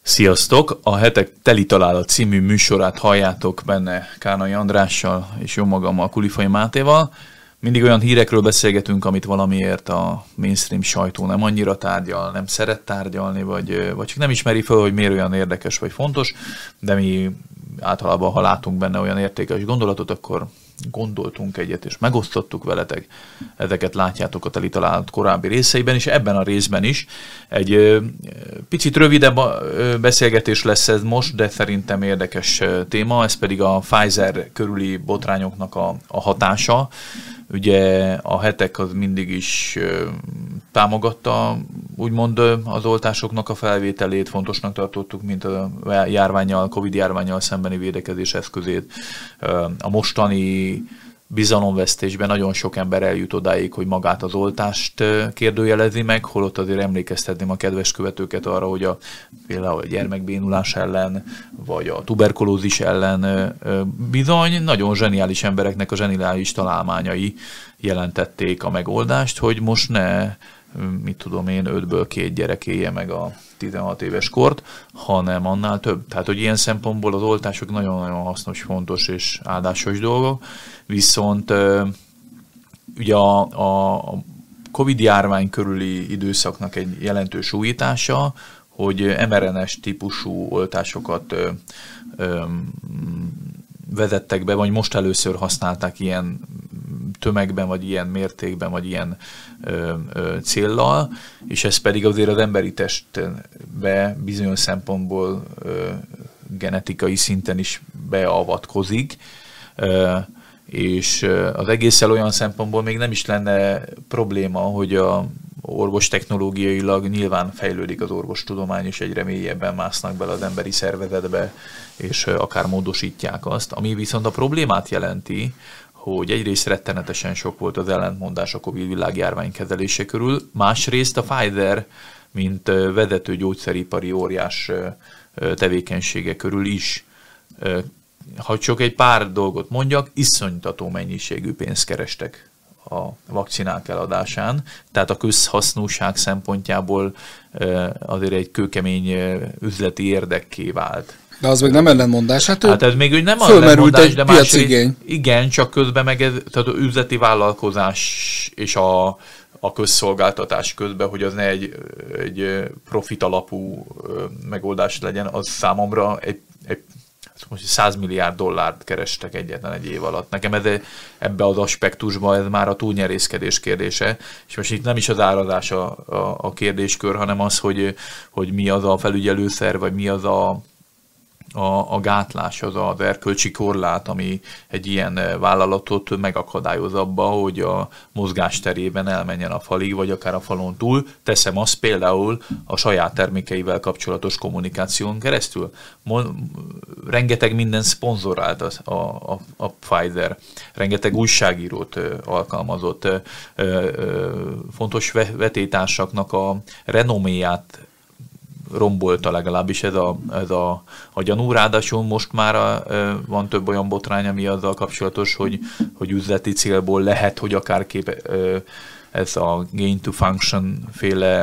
Sziasztok! A Hetek Teli Találat című műsorát halljátok, benne Kárnai Andrással és jó magammal, Kulifai Mátéval. Mindig olyan hírekről beszélgetünk, amit valamiért a mainstream sajtó nem annyira tárgyal, nem szeret tárgyalni, vagy csak nem ismeri fel, hogy miért olyan érdekes vagy fontos, de mi általában, ha látunk benne olyan értékes gondolatot, akkor gondoltunk egyet, és megosztottuk veletek. Ezeket látjátok a Teli Találat korábbi részeiben, és ebben a részben is. Egy picit rövidebb beszélgetés lesz ez most, de szerintem érdekes téma, ez pedig a Pfizer körüli botrányoknak a hatása. Ugye a Hetek az mindig is támogatta, úgymond az oltásoknak a felvételét, fontosnak tartottuk, mint a járvánnyal, Covid-járvánnyal szembeni védekezés eszközét. A mostani bizalomvesztésben nagyon sok ember eljut odáig, hogy magát az oltást kérdőjelezi meg, holott azért emlékeztetném a kedves követőket arra, hogy például a gyermekbénulás ellen, vagy a tuberkulózis ellen bizony nagyon zseniális embereknek a zseniális találmányai jelentették a megoldást, hogy most ne, mit tudom én, 5-ből 2 gyerek élje meg a 16 éves kort, hanem annál több. Tehát, hogy ilyen szempontból az oltások nagyon-nagyon hasznos, fontos és áldásos dolgok, viszont ugye a Covid-járvány körüli időszaknak egy jelentős újítása, hogy mRNA-s típusú oltásokat vezettek be, vagy most először használták ilyen tömegben, vagy ilyen mértékben, vagy ilyen céllal, és ez pedig azért az emberi testbe bizonyos szempontból genetikai szinten is beavatkozik, és az egészen olyan szempontból még nem is lenne probléma, hogy a orvostechnológiailag nyilván fejlődik az orvostudomány, és egyre mélyebben másznak bele az emberi szervezetbe, és akár módosítják azt. Ami viszont a problémát jelenti, hogy egyrészt rettenetesen sok volt az ellentmondás a Covid világjárvány kezelése körül, másrészt a Pfizer, mint vezető gyógyszeripari óriás tevékenysége körül is, ha csak egy pár dolgot mondjak, iszonytató mennyiségű pénzt kerestek a vakcinák eladásán, tehát a közhasznúság szempontjából azért egy kőkemény üzleti érdekké vált. De az meg nem ellentmondás, hát ez még nem ellentmondás, de piacigény. Igen, csak közben meg ez, tehát az üzleti vállalkozás és a közszolgáltatás közben, hogy az ne egy profit alapú megoldás legyen, az számomra egy 100 milliárd dollárt kerestek egyetlen egy év alatt. Nekem ebbe az aspektusban ez már a túlnyerészkedés kérdése, és most itt nem is az árazás a kérdéskör, hanem az, hogy mi az a felügyelőszer, vagy mi az a gátlás, az erkölcsi korlát, ami egy ilyen vállalatot megakadályoz abba, hogy a mozgásterében elmenjen a falig, vagy akár a falon túl. Teszem azt például a saját termékeivel kapcsolatos kommunikáción keresztül. Rengeteg minden szponzorált a Pfizer, rengeteg újságírót alkalmazott, fontos vetétársaknak a renoméját rombolta, legalábbis ez a gyanú. Ráadásul most már van több olyan botrány, ami azzal kapcsolatos, hogy üzleti célból lehet, hogy akár ez a gain to function féle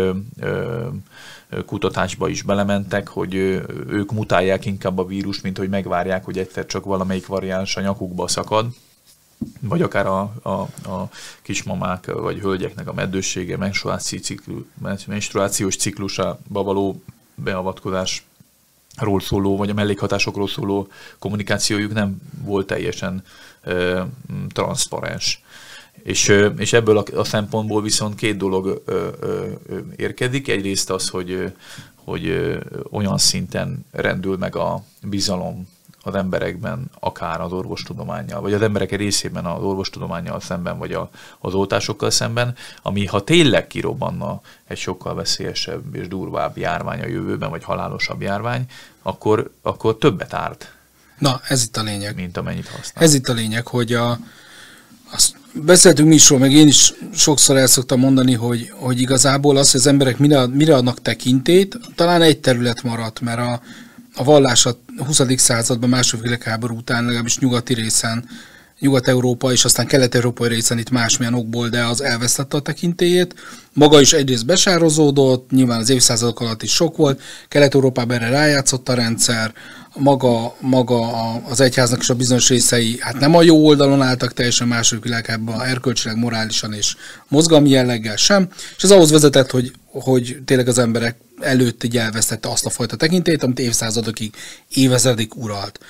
kutatásba is belementek, hogy ők mutálják inkább a vírust, mint hogy megvárják, hogy egyszer csak valamelyik variáns a nyakukba szakad, vagy akár a kismamák vagy hölgyeknek a meddőssége, menstruációs ciklusába való beavatkozásról szóló, vagy a mellékhatásokról szóló kommunikációjuk nem volt teljesen transzparens. És ebből a szempontból viszont 2 dolog érkezik. Egyrészt az, hogy olyan szinten rendül meg a bizalom az emberekben, akár az orvostudománnyal, vagy az emberek részében az orvostudománnyal szemben, vagy az oltásokkal szemben, ami ha tényleg kirobbanna egy sokkal veszélyesebb és durvább járvány a jövőben, vagy halálosabb járvány, akkor többet árt. Na, ez itt a lényeg. Mint amennyit használ. Ez itt a lényeg, hogy azt beszéltünk mi is róla, meg én is sokszor el szoktam mondani, hogy igazából az, hogy az emberek mire adnak tekintét, talán egy terület maradt, mert a vallás a 20. században, második világháború után legalábbis nyugati részen Nyugat-Európa és aztán kelet-európai részen itt másmilyen okból, de az elvesztette a tekintélyét. Maga is egyrészt besározódott, nyilván az évszázadok alatt is sok volt, Kelet-Európában erre rájátszott a rendszer, maga az egyháznak is a bizonyos részei, hát nem a jó oldalon álltak teljesen második világháborúban, erkölcsileg, morálisan és mozgalmi jelleggel sem, és ez ahhoz vezetett, hogy tényleg az emberek előtt így elvesztette azt a fajta tekintélyt, amit évszázadokig, évezredik uralt.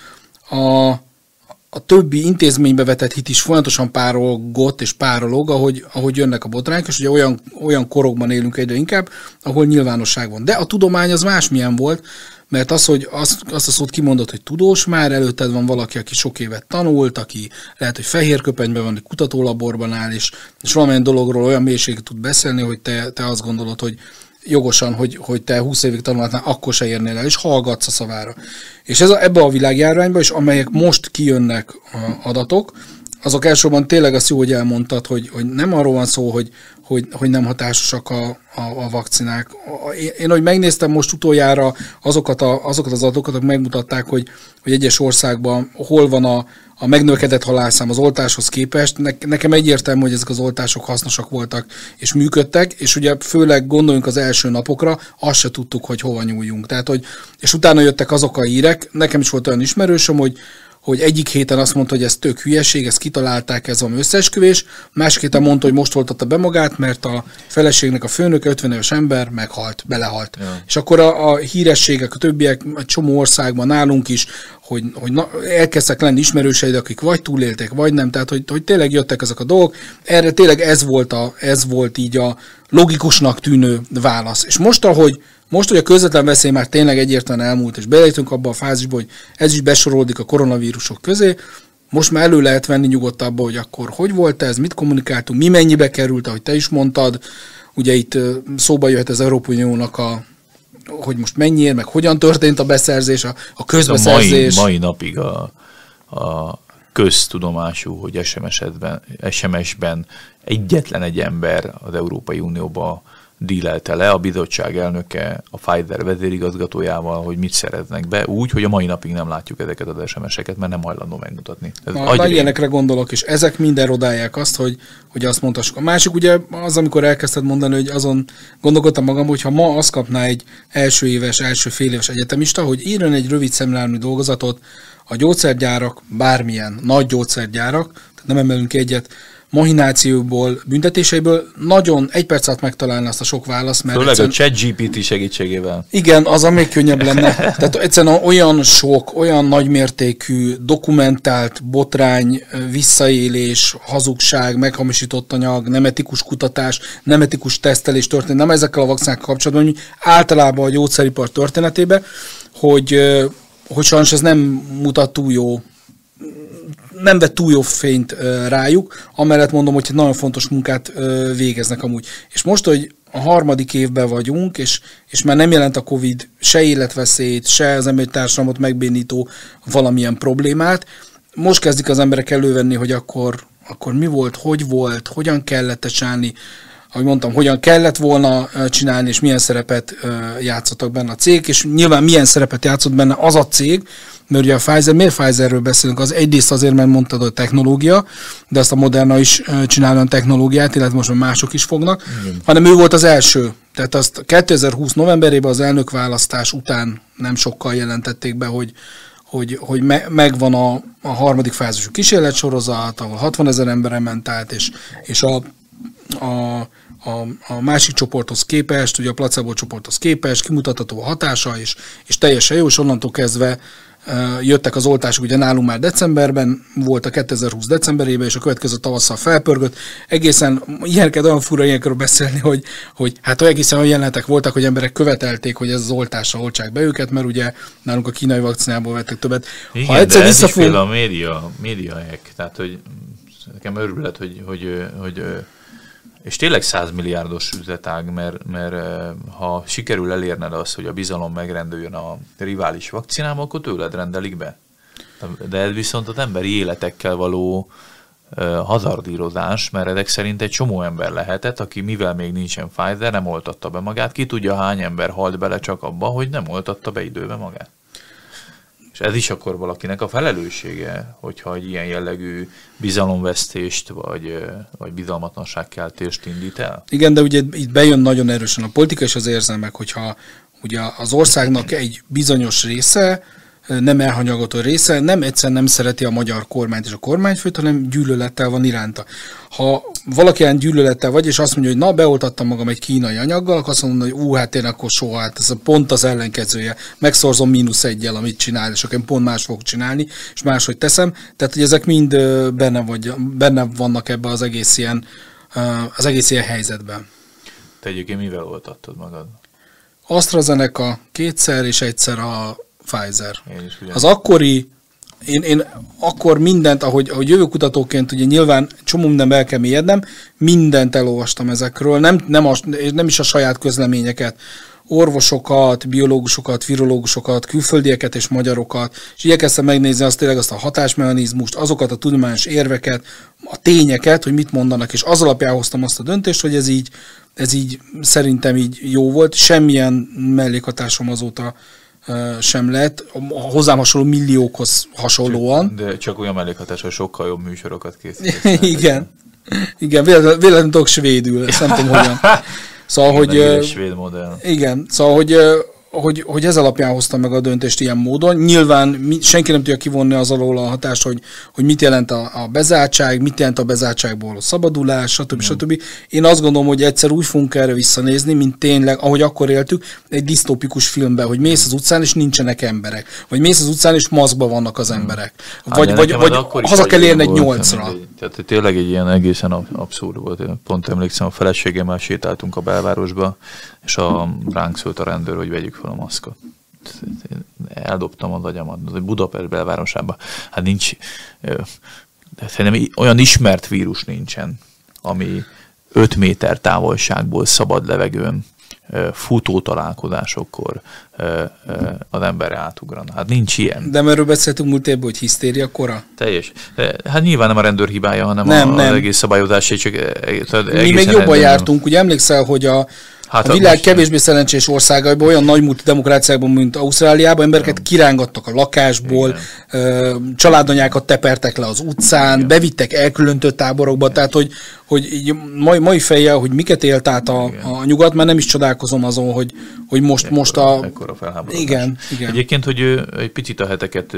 A többi intézménybe vetett hit is folyamatosan párolgott és párolog, ahogy jönnek a botrányok, és ugye olyan korokban élünk egyre inkább, ahol nyilvánosság van. De a tudomány az másmilyen volt, mert hogy azt a szót kimondott, hogy tudós, már előtted van valaki, aki sok évet tanult, aki lehet, hogy fehér köpenyben van, egy kutatólaborban áll, és valamilyen dologról olyan mélységet tud beszélni, hogy te azt gondolod, hogy jogosan, hogy te 20 évig tanulhatnál, akkor se érnél el, és hallgatsz a szavára. És ebbe a világjárványba, és amelyek most kijönnek adatok, azok elsősorban tényleg azt jó, hogy elmondtad, hogy nem arról van szó, hogy nem hatásosak a vakcinák. Én, hogy megnéztem most utoljára azokat az adatokat, amik megmutatták, hogy egyes országban hol van a megnövekedett halálszám az oltáshoz képest. Nekem egyértelmű, hogy ezek az oltások hasznosak voltak és működtek, és ugye főleg gondoljunk az első napokra, azt se tudtuk, hogy hova nyúljunk. Tehát, és utána jöttek azok a hírek, nekem is volt olyan ismerősöm, hogy egyik héten azt mondta, hogy ez tök hülyeség, ezt kitalálták, ez valami összeesküvés, másik héten mondta, hogy most oltatta be magát, mert a feleségnek a főnöke, 50 éves ember meghalt, belehalt. Ja. És akkor a hírességek, a többiek, egy csomó országban, nálunk is, hogy elkezdtek lenni ismerőseid, akik vagy túlélték, vagy nem, tehát hogy tényleg jöttek ezek a dolgok. Erre tényleg ez volt így a logikusnak tűnő válasz. És most, hogy a közvetlen veszély már tényleg egyértelműen elmúlt, és belejtünk abba a fázisba, hogy ez is besorolódik a koronavírusok közé, most már elő lehet venni nyugodtabban, hogy akkor hogy volt ez, mit kommunikáltunk, mi mennyibe került, ahogy te is mondtad. Ugye itt szóba jöhet az Európai Uniónak hogy most mennyiért, meg hogyan történt a beszerzés, a közbeszerzés. Mai napig a köztudomású, hogy SMS-ben egyetlen egy ember az Európai Unióba dílelte le a bizottság elnöke a Pfizer vezérigazgatójával, hogy mit szereznek be, úgy, hogy a mai napig nem látjuk ezeket az SMS-eket, mert nem hajlandó megmutatni. Ilyenekre gondolok, és ezek minden rodálják azt, hogy azt mondhassuk. A másik ugye az, amikor elkezdted mondani, hogy azon gondolkodtam magam, hogy ha ma azt kapná egy első fél éves egyetemista, hogy írjon egy rövid szemléletű dolgozatot a gyógyszergyárak, bármilyen nagy gyógyszergyárak, tehát nem emelünk egyet, mahinációból, büntetéseiből nagyon egy perc alatt megtalálni azt a sok választ. Mert főleg a ChatGPT segítségével. Igen, az a még könnyebb lenne. Tehát egyszerűen olyan sok, olyan nagymértékű, dokumentált botrány, visszaélés, hazugság, meghamisított anyag, nem etikus kutatás, nem etikus tesztelés történt, nem ezekkel a vakcinákkal kapcsolatban, hogy általában a gyógyszeripar történetében, hogy sajnos ez nem mutat túl jó, nem vett túl jó fényt rájuk, amellett mondom, hogy nagyon fontos munkát végeznek amúgy. És most, hogy a 3. évben vagyunk, és már nem jelent a Covid se életveszélyt, se az emberi társadalmat megbénító valamilyen problémát, most kezdik az emberek elővenni, hogy akkor mi volt, hogyan kellett csinálni, ahogy mondtam, hogyan kellett volna csinálni, és milyen szerepet játszottak benne a cég, és nyilván milyen szerepet játszott benne az a cég, mert ugye a Pfizer, miért Pfizerről beszélünk? Az egyrészt azért, mert mondtad, hogy technológia, de azt a Moderna is csinál olyan technológiát, illetve most már mások is fognak, hanem ő volt az első. Tehát azt 2020 novemberében az elnökválasztás után nem sokkal jelentették be, hogy megvan a 3. fázisú kísérletsorozat, ahol 60 000 emberen ment át, és a másik csoporthoz képest, ugye a placebo csoporthoz képest kimutatható a hatása, és teljesen jó, és onnantól kezdve jöttek az oltások, ugye nálunk már decemberben volt a 2020 decemberében, és a következő tavasszal felpörgött. Egészen ilyeneket olyan fura ilyenkről beszélni, hogy hát egészen olyan jelenetek voltak, hogy emberek követelték, hogy ez az oltásra oltsák be őket, mert ugye nálunk a kínai vakcinából vettek többet. Igen, ha egyszer de ez is fél a média hack, tehát hogy nekem örület, hogy és tényleg 100 milliárdos üzletág, mert ha sikerül elérned azt, hogy a bizalom megrendüljön a rivális vakcinával, akkor tőled rendelik be. De ez viszont az emberi életekkel való hazardírozás, mert ezek szerint egy csomó ember lehetett, aki mivel még nincsen Pfizer, nem oltatta be magát. Ki tudja, hány ember halt bele csak abba, hogy nem oltatta be időbe magát. És ez is akkor valakinek a felelőssége, hogyha egy ilyen jellegű bizalomvesztést, vagy bizalmatlanságkeltést indít el? Igen, de ugye itt bejön nagyon erősen a politika és az érzelmek, hogyha ugye az országnak egy bizonyos része, nem elhanyagolható része, nem egyszer nem szereti a magyar kormányt és a kormányfőt, hanem gyűlölettel van iránta. Ha valaki ilyen gyűlölettel vagy, és azt mondja, hogy na, beoltattam magam egy kínai anyaggal, akkor azt mondom, hogy hát én akkor soha, hát ez pont az ellenkezője. Megszorzom -1-jel, amit csinál, és akkor én pont más fogok csinálni, és máshogy teszem. Tehát, hogy ezek mind benne vannak ebbe az egész ilyen helyzetben. Te egyébként mivel oltattad magad? AstraZeneca 2-szer, és egyszer a Pfizer. Az akkori, én akkor mindent, ahogy jövőkutatóként, ugye nyilván csomó mindenbe el kell mélyednem, mindent elolvastam ezekről, nem is a saját közleményeket, orvosokat, biológusokat, virológusokat, külföldieket és magyarokat, és igyekeztem megnézni azt a hatásmechanizmust, azokat a tudományos érveket, a tényeket, hogy mit mondanak, és az alapján hoztam azt a döntést, hogy ez így szerintem így jó volt, semmilyen mellékhatásom azóta sem lett, a hozzám hasonló milliókhoz hasonlóan. De csak olyan mellékhatásra sokkal jobb műsorokat készítesz. Igen, véletlenül tudok svédül, ezt nem tudom hogyan. Szóval, hogy... svéd modell. Igen, szóval, hogy ez alapján hoztam meg a döntést ilyen módon. Nyilván senki nem tudja kivonni az alól a hatást, hogy mit jelent a bezártság, mit jelent a bezártságból a szabadulás, stb. Én azt gondolom, hogy egyszer úgy fogunk erre visszanézni, mint tényleg, ahogy akkor éltük, egy disztópikus filmben, hogy mész az utcán, és nincsenek emberek. Vagy mész az utcán, és maszkban vannak az emberek. Vagy haza kell érni egy 8-ra. Tehát tényleg egy ilyen egészen abszurd volt. Én pont emlékszem, a feleségemmel sétáltunk a belvárosba, és ránk szólt a rendőr, hogy vegyük fel a maszkot. Eldobtam az agyamat, Budapest belvárosában. Hát nincs, szerintem olyan ismert vírus nincsen, ami 5 méter távolságból szabad levegőn futó találkozásokkor az emberre átugrana. Hát nincs ilyen. De erről beszéltünk múlt évben, hogy hisztéria kora? Teljes. Hát nyilván nem a rendőr hibája, hanem az egész szabályozás. Mi még jobban jártunk. Ugye emlékszel, hogy a világ kevésbé szerencsés országaiban, olyan nagy multidemokráciákban, mint Ausztráliában, embereket kirángattak a lakásból, családanyákat tepertek le az utcán, bevittek elkülönítő táborokba, tehát hogy mai fejjel, hogy miket élt át a nyugat, mert nem is csodálkozom azon, hogy most a... Ekkora felháborodás. Igen. Egyébként, hogy egy picit a heteket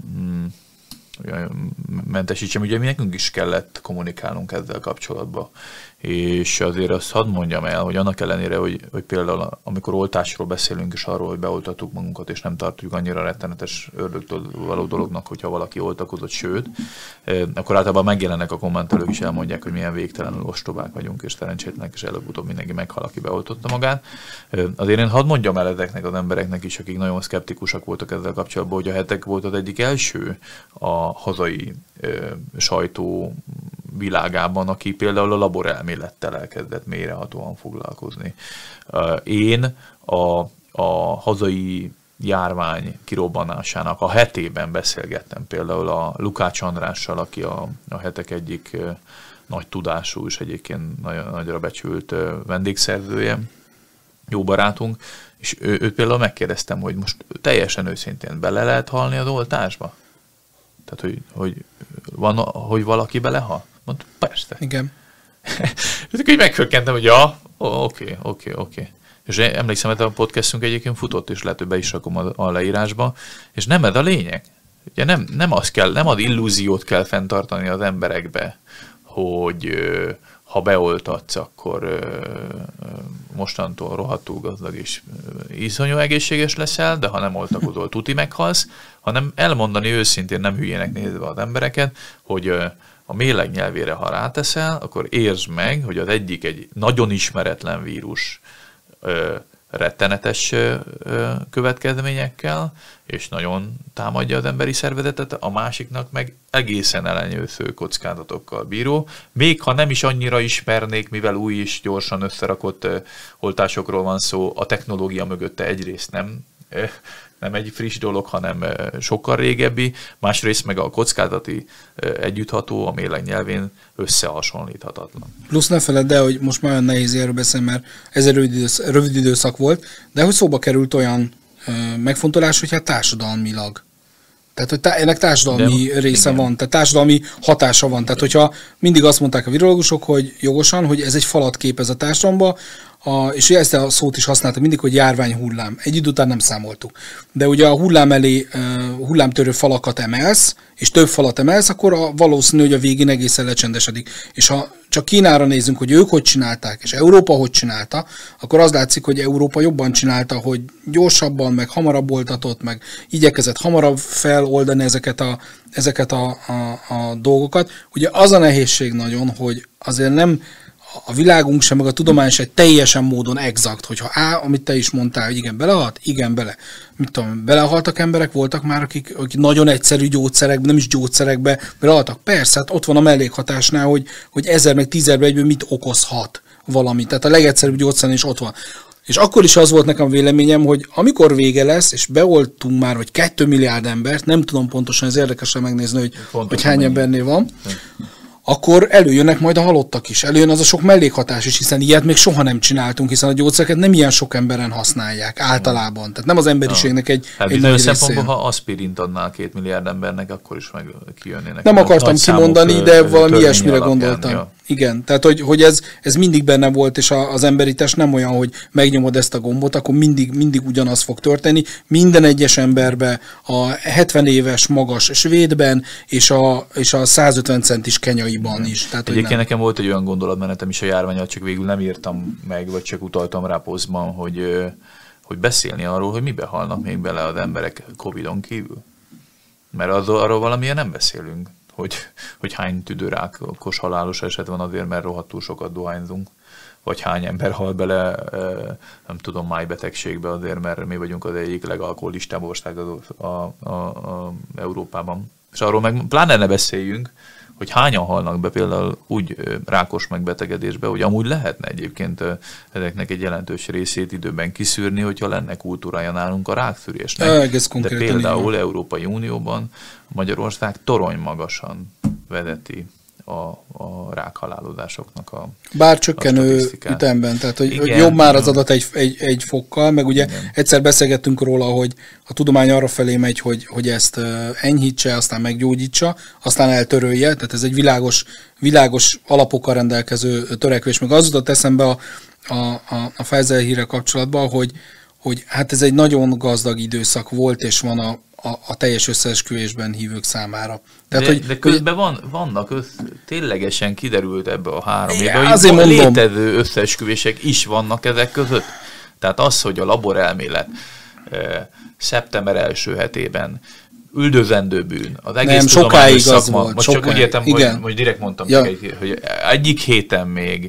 mentesítsem, ugye mi nekünk is kellett kommunikálnunk ezzel kapcsolatban. És azért azt hadd mondjam el, hogy annak ellenére, hogy például amikor oltásról beszélünk, és arról, hogy beoltattuk magunkat, és nem tartjuk annyira rettenetes ördögtől való dolognak, hogyha valaki oltakozott, sőt, akkor általában megjelennek a kommentelők is, elmondják, hogy milyen végtelenül ostobák vagyunk, és szerencsétlenek, és előbb-utóbb mindenki meghal, aki beoltotta magát. Azért én hadd mondjam el ezeknek az embereknek is, akik nagyon szkeptikusak voltak ezzel kapcsolatban, hogy a hetek volt az egyik első a hazai sajtó világában, aki például a laborelmélettel elkezdett mélyrehatóan foglalkozni. Én a hazai járvány kirobbanásának a hetében beszélgettem például a Lukács Andrással, aki a hetek egyik nagy tudású és egyébként nagyra becsült vendégszerzője, jó barátunk, és őt például megkérdeztem, hogy most teljesen őszintén bele lehet halni az oltásba? Tehát, hogy valaki belehal? Mondta, persze. Igen. És így meghökkentem, hogy oké. És emlékszem, hogy a podcastünk egyébként futott, és lehet, hogy be is rakom a leírásba, és nem ez a lényeg. Ugye nem az illúziót kell fenntartani az emberekbe, hogy ha beoltatsz, akkor mostantól rohadtul gazdag és iszonyú egészséges leszel, de ha nem oltakozol, tuti meghalsz, hanem elmondani őszintén, nem hülyének nézve az embereket, hogy a méleg nyelvére, ha ráteszel, akkor értsd meg, hogy az egyik egy nagyon ismeretlen vírus rettenetes következményekkel, és nagyon támadja az emberi szervezetet, a másiknak meg egészen elenyősző kockázatokkal bíró. Még ha nem is annyira ismernék, mivel új és gyorsan összerakott oltásokról van szó, a technológia mögötte egyrészt nem egy friss dolog, hanem sokkal régebbi, másrészt meg a kockázati együttható a méleg nyelvén összehasonlíthatatlan. Plusz ne feledd el, hogy most már olyan nehéz erről beszélni, mert ez egy rövid időszak volt, de hogy szóba került olyan megfontolás, hogy hát társadalmilag Tehát, hogy ennek társadalmi része igen. van, tehát társadalmi hatása van. Tehát, hogyha mindig azt mondták a virológusok, hogy jogosan, hogy ez egy falat képez a társadalomba, és ezt a szót is használta mindig, hogy járványhullám. Egy idő után nem számoltuk. De ugye a hullám elé hullámtörő falakat emelsz, és több falat emelsz, akkor valószínű, hogy a végén egészen lecsendesedik. És ha csak Kínára nézünk, hogy ők hogy csinálták, és Európa hogy csinálta, akkor az látszik, hogy Európa jobban csinálta, hogy gyorsabban, meg hamarabb oltatott, meg igyekezett hamarabb feloldani ezeket a dolgokat. Ugye az a nehézség nagyon, hogy azért nem a világunk sem, meg a tudomány sem teljesen módon exakt, hogyha amit te is mondtál, hogy igen, belehalt, igen, bele. Mit tudom, belehaltak emberek, voltak már, akik nagyon egyszerű gyógyszerekbe, nem is gyógyszerekbe belehaltak. Persze, hát ott van a mellékhatásnál, hogy 1000 meg 10.000-ben egyből mit okozhat valami. Tehát a legegyszerűbb gyógyszer is ott van. És akkor is az volt nekem véleményem, hogy amikor vége lesz, és beoltunk már, hogy 2 milliárd embert, nem tudom pontosan, ez érdekesre megnézni, hogy hány embernél van, akkor előjönnek majd a halottak is. Előjön az a sok mellékhatás is, hiszen ilyet még soha nem csináltunk, hiszen a gyógyszereket nem ilyen sok emberen használják általában. Tehát nem az emberiségnek egy nagy részén. Ha aspirint adnál 2 milliárd embernek, akkor is meg kijönnének. Nem akartam kimondani, de valami ilyesmire gondoltam. Ja. Igen, tehát hogy ez mindig benne volt, és az emberitás nem olyan, hogy megnyomod ezt a gombot, akkor mindig ugyanaz fog történni. Minden egyes emberbe, a 70 éves magas svédben, és a 150 centis kenyaiban is. Tehát, egyébként nekem volt egy olyan gondolatmenetem is a járvánnyal, csak végül nem írtam meg, vagy csak utaltam rá posztban, hogy beszélni arról, hogy mibe halnak még bele az emberek Covid-on kívül. Mert arról valamilyen nem beszélünk. Hogy hány tüdőrákos halálos eset van azért, mert rohadtul sokat dohányzunk, vagy hány ember hal bele, nem tudom, májbetegségbe azért, mert mi vagyunk az egyik legalkoholistább ország a Európában. És arról meg pláne ne beszéljünk, hogy hányan halnak be például úgy rákos megbetegedésbe, hogy amúgy lehetne egyébként ezeknek egy jelentős részét időben kiszűrni, hogyha lenne kultúrája nálunk a rákszűrésnek. De például Európai Unióban Magyarország torony magasan vezeti a rákhalálozásoknak a bár csökkenő ütemben, tehát hogy jobb már az adat egy fokkal, meg ugye egyszer beszélgettünk róla, hogy a tudomány arra felé megy, hogy ezt enyhítse, aztán meggyógyítsa, aztán eltörölje, tehát ez egy világos alapokkal rendelkező törekvés. Meg az jutott eszembe a Pfizer híre kapcsolatban, hogy hát ez egy nagyon gazdag időszak volt, és van a teljes összeesküvésben hívők számára. Tehát, de közben vannak ténylegesen kiderült ebbe a 3 évben, hogy létező összeesküvések is vannak ezek között. Tehát az, hogy a laborelmélet szeptember első hetében üldözendő bűn, az egész tudományos szakma, most csak úgy értem, hogy direkt mondtam, hogy egyik héten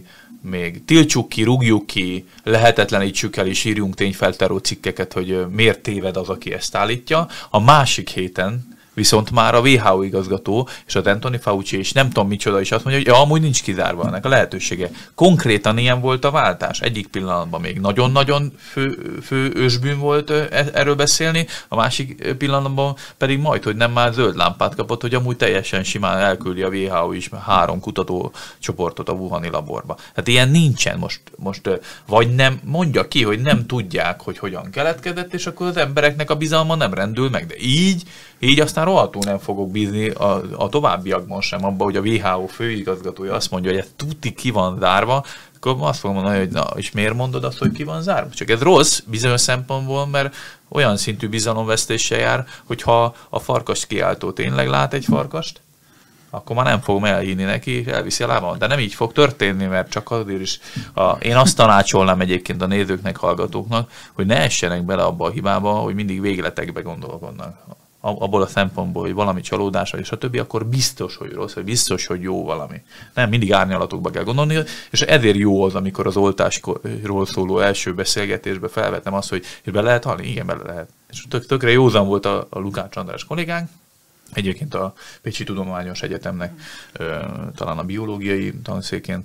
még tiltsuk ki, rúgjuk ki, lehetetlenítsük el és írjunk tényfeltáró cikkeket, hogy miért téved az, aki ezt állítja. A másik héten viszont már a WHO igazgató és az Anthony Fauci és nem tudom micsoda is azt mondja, hogy amúgy nincs kizárva ennek a lehetősége. Konkrétan ilyen volt a váltás. Egyik pillanatban még nagyon-nagyon fő ősbűn volt erről beszélni, a másik pillanatban pedig majd, hogy nem már zöld lámpát kapott, hogy amúgy teljesen simán elküldi a WHO is 3 kutatócsoportot a Wuhani laborba. Tehát ilyen nincsen most vagy nem mondja ki, hogy nem tudják, hogy hogyan keletkezett, és akkor az embereknek a bizalma nem rendül meg. De így aztán rohadtul nem fogok bízni a továbbiakban sem abban, hogy a WHO főigazgatója azt mondja, hogy ez tuti ki van zárva, akkor azt fogom mondani, hogy na, és miért mondod azt, hogy ki van zárva? Csak ez rossz bizonyos szempontból, mert olyan szintű bizalomvesztéssel jár, hogyha a farkas kiáltó tényleg lát egy farkast, akkor már nem fogom elhinni neki, és elviszi a lábam. De nem így fog történni, mert csak azért is én azt tanácsolnám egyébként a nézőknek, hallgatóknak, hogy ne essenek bele abba a hibába, hogy mindig végletekbe gondolkodnak. Abból a szempontból, hogy valami csalódása és a többi, akkor biztos, hogy rossz, vagy biztos, hogy jó valami. Nem, mindig árnyalatokba kell gondolni, és ezért jó az, amikor az oltásról szóló első beszélgetésbe felvettem azt, hogy be lehet halni? Igen, bele lehet. És tökre józan volt a Lukács András kollégánk, egyébként a Pécsi Tudományos Egyetemnek talán a biológiai tanszékén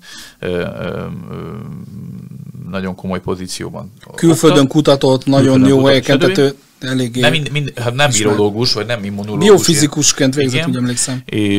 nagyon komoly pozícióban. Külföldön kutatott, nagyon jó helyeken, tehát eléggé... Nem virológus, vagy nem immunológus. Biofizikusként végzett, úgy emlékszem.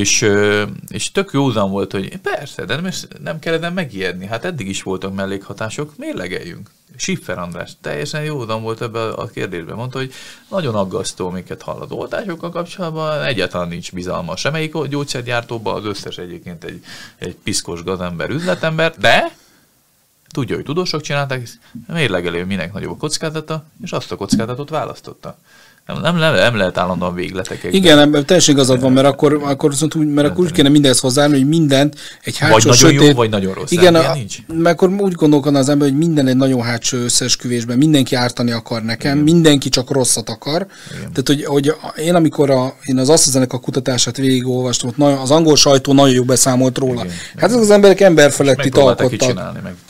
És tök józan volt, hogy persze, de nem kellene megijedni. Hát eddig is voltak mellékhatások, mérlegeljünk. Schiffer András teljesen józan volt ebben a kérdésben. Mondta, hogy nagyon aggasztó, amiket hall az oltásokkal kapcsolatban, egyáltalán nincs bizalma semmelyik gyógyszergyártóban, az összes egyébként egy piszkos gazember, üzletember, de tudja, hogy tudósok csinálták, mérlegelő minek nagyobb a kockázata, és azt a kockázatot választotta. Nem lehet állandóan végletekek. Igen, ebben teljesen igazad van, mert akkor úgy kéne mindenhez hozzáállni, hogy mindent egy hátsó vagy nagyon sötét... jó, vagy nagyon rossz. Igen, mert akkor úgy gondolkodna az ember, hogy minden egy nagyon hátsó összeesküvésben, mindenki ártani akar nekem, igen. Mindenki csak rosszat akar. Igen. Tehát, hogy én amikor én az AstraZeneca kutatását végigolvastam, ott az angol sajtó nagyon jó beszámolt róla. Igen, hát ezek az emberek emberfeletti alkottak.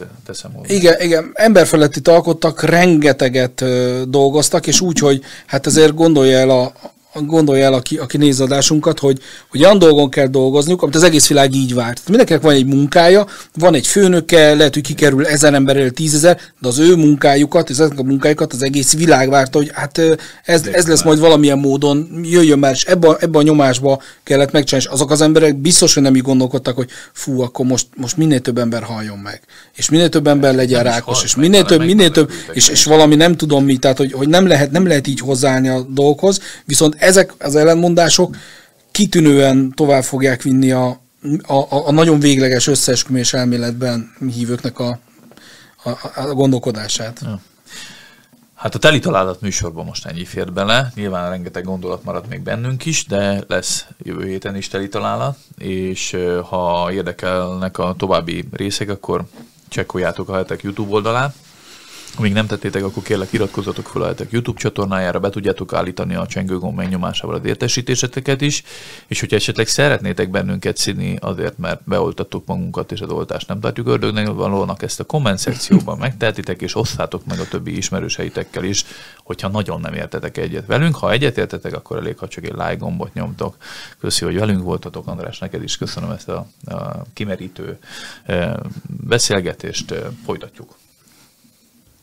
Igen, emberfeletti alkottak, rengeteget dolgoztak, és úgy, hogy hát ezért gondolja el, aki néz adásunkat, hogy olyan dolgon kell dolgozniuk, amit az egész világ így vár. Tehát mindenkinek van egy munkája, van egy főnöke, lehet, hogy kikerül 1000 emberrel 10 000, de az ő munkájukat, ezek a munkájukat az egész világ várta, hogy hát ez lesz majd valamilyen módon, jöjjön már, és ebbe a nyomásba kellett megcsinálni. És azok az emberek biztos, hogy nem így gondolkodtak, hogy fú, akkor most minél több ember haljon meg. És minél több ember legyen rákos, és minél több, és valami nem tudom mi, tehát hogy nem lehet így hozzáállni a dolgokhoz, viszont ezek az ellenmondások kitűnően tovább fogják vinni a nagyon végleges összeesküvés elméletben hívőknek a gondolkodását. Ja. Hát a Teli Találat műsorban most ennyi fért bele. Nyilván rengeteg gondolat maradt még bennünk is, de lesz jövő héten is Teli Találat, és ha érdekelnek a további részek, akkor csekkoljátok a Hetek YouTube oldalát. Ha még nem tettétek, akkor kérlek iratkozzatok fel a Hetek YouTube csatornájára, be tudjátok állítani a csengőgomb megnyomásával az értesítéseteket is, és hogyha esetleg szeretnétek bennünket szidni azért, mert beoltattuk magunkat, és az oltást nem tartjuk ördögnek valónak, ezt a komment szekcióban megtehetitek, és osszátok meg a többi ismerőseitekkel is, hogyha nagyon nem értetek egyet velünk. Ha egyet értetek, akkor elég, ha csak egy like gombot nyomtok. Köszi, hogy velünk voltatok, András, neked is köszönöm ezt a kimerítő beszélgetést, folytatjuk.